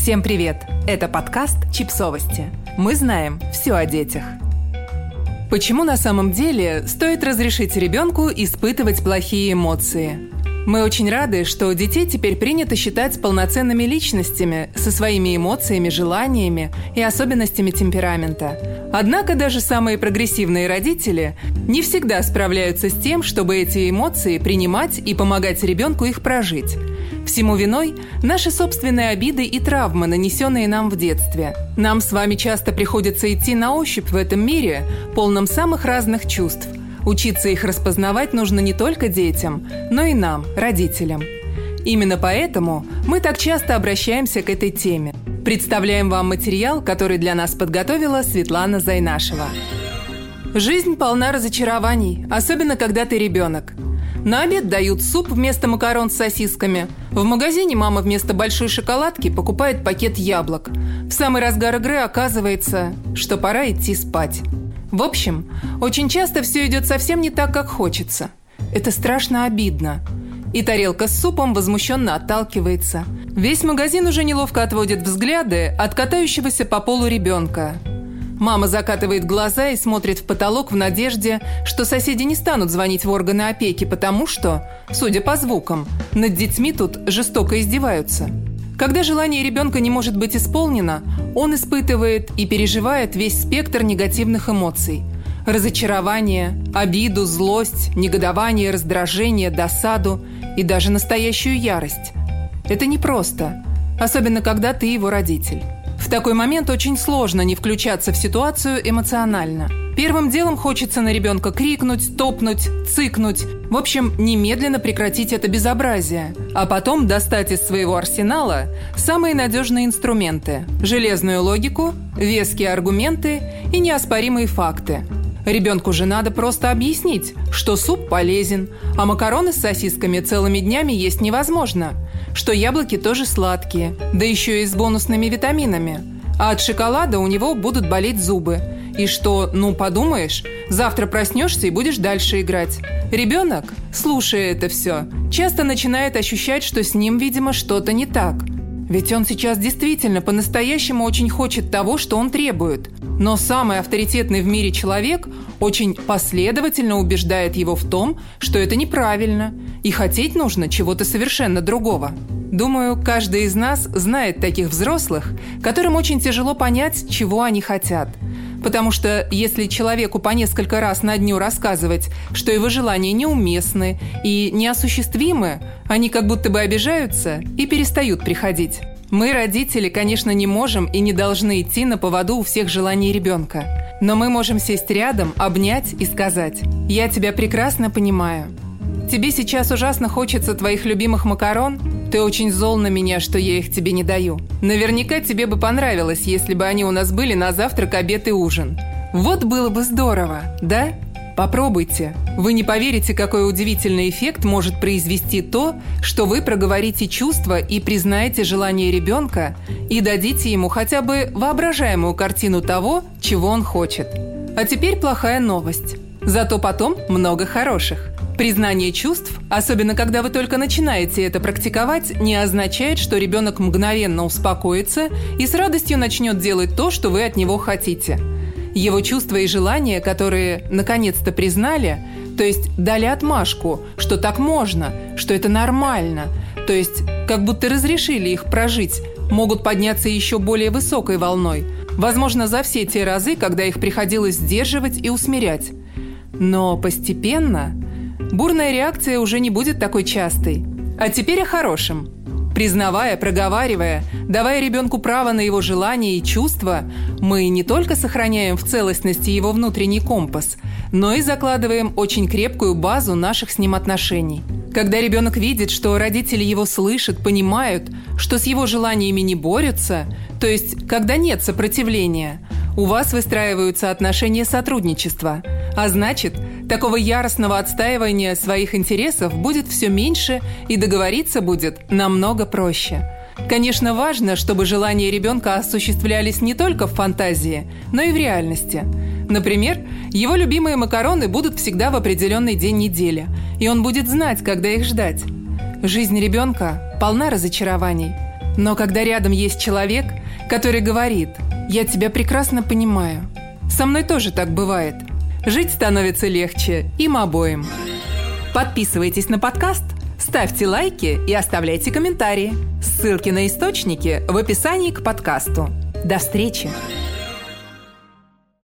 Всем привет! Это подкаст «Чипсовости». Мы знаем все о детях. Почему на самом деле стоит разрешить ребенку испытывать плохие эмоции? Мы очень рады, что детей теперь принято считать полноценными личностями со своими эмоциями, желаниями и особенностями темперамента. Однако даже самые прогрессивные родители не всегда справляются с тем, чтобы эти эмоции принимать и помогать ребенку их прожить. Всему виной наши собственные обиды и травмы, нанесенные нам в детстве. Нам с вами часто приходится идти на ощупь в этом мире, полном самых разных чувств. Учиться их распознавать нужно не только детям, но и нам, родителям. Именно поэтому мы так часто обращаемся к этой теме. Представляем вам материал, который для нас подготовила Светлана Зайнашева. Жизнь полна разочарований, особенно когда ты ребенок. На обед дают суп вместо макарон с сосисками. В магазине мама вместо большой шоколадки покупает пакет яблок. В самый разгар игры оказывается, что пора идти спать. В общем, очень часто все идет совсем не так, как хочется. Это страшно обидно. И тарелка с супом возмущенно отталкивается. Весь магазин уже неловко отводит взгляды от катающегося по полу ребенка. Мама закатывает глаза и смотрит в потолок в надежде, что соседи не станут звонить в органы опеки, потому что, судя по звукам, над детьми тут жестоко издеваются. Когда желание ребенка не может быть исполнено, он испытывает и переживает весь спектр негативных эмоций. Разочарование, обиду, злость, негодование, раздражение, досаду и даже настоящую ярость. Это непросто, особенно когда ты его родитель. В такой момент очень сложно не включаться в ситуацию эмоционально. Первым делом хочется на ребенка крикнуть, топнуть, цыкнуть. В общем, немедленно прекратить это безобразие. А потом достать из своего арсенала самые надежные инструменты – железную логику, веские аргументы и неоспоримые факты. Ребенку же надо просто объяснить, что суп полезен, а макароны с сосисками целыми днями есть невозможно, что яблоки тоже сладкие, да еще и с бонусными витаминами, а от шоколада у него будут болеть зубы, и что, подумаешь, завтра проснешься и будешь дальше играть. Ребенок, слушая это все, часто начинает ощущать, что с ним, видимо, что-то не так. Ведь он сейчас действительно по-настоящему очень хочет того, что он требует. Но самый авторитетный в мире человек очень последовательно убеждает его в том, что это неправильно, и хотеть нужно чего-то совершенно другого. Думаю, каждый из нас знает таких взрослых, которым очень тяжело понять, чего они хотят. Потому что если человеку по несколько раз на дню рассказывать, что его желания неуместны и неосуществимы, они как будто бы обижаются и перестают приходить. Мы, родители, конечно, не можем и не должны идти на поводу у всех желаний ребенка. Но мы можем сесть рядом, обнять и сказать: «Я тебя прекрасно понимаю. Тебе сейчас ужасно хочется твоих любимых макарон? Ты очень зол на меня, что я их тебе не даю. Наверняка тебе бы понравилось, если бы они у нас были на завтрак, обед и ужин. Вот было бы здорово, да? Попробуйте. Вы не поверите, какой удивительный эффект может произвести то, что вы проговорите чувства и признаете желание ребенка и дадите ему хотя бы воображаемую картину того, чего он хочет. А теперь плохая новость. Зато потом много хороших. Признание чувств, особенно когда вы только начинаете это практиковать, не означает, что ребенок мгновенно успокоится и с радостью начнет делать то, что вы от него хотите. Его чувства и желания, которые наконец-то признали, то есть дали отмашку, что так можно, что это нормально, то есть как будто разрешили их прожить, могут подняться еще более высокой волной, возможно, за все те разы, когда их приходилось сдерживать и усмирять. Но постепенно бурная реакция уже не будет такой частой. А теперь о хорошем. Признавая, проговаривая, давая ребенку право на его желания и чувства, мы не только сохраняем в целостности его внутренний компас, но и закладываем очень крепкую базу наших с ним отношений. Когда ребенок видит, что родители его слышат, понимают, что с его желаниями не борются, то есть когда нет сопротивления, у вас выстраиваются отношения сотрудничества, а значит, такого яростного отстаивания своих интересов будет все меньше и договориться будет намного проще. Конечно, важно, чтобы желания ребенка осуществлялись не только в фантазии, но и в реальности. Например, его любимые макароны будут всегда в определенный день недели, и он будет знать, когда их ждать. Жизнь ребенка полна разочарований. Но когда рядом есть человек, который говорит: «Я тебя прекрасно понимаю. Со мной тоже так бывает», жить становится легче им обоим. Подписывайтесь на подкаст, ставьте лайки и оставляйте комментарии. Ссылки на источники в описании к подкасту. До встречи!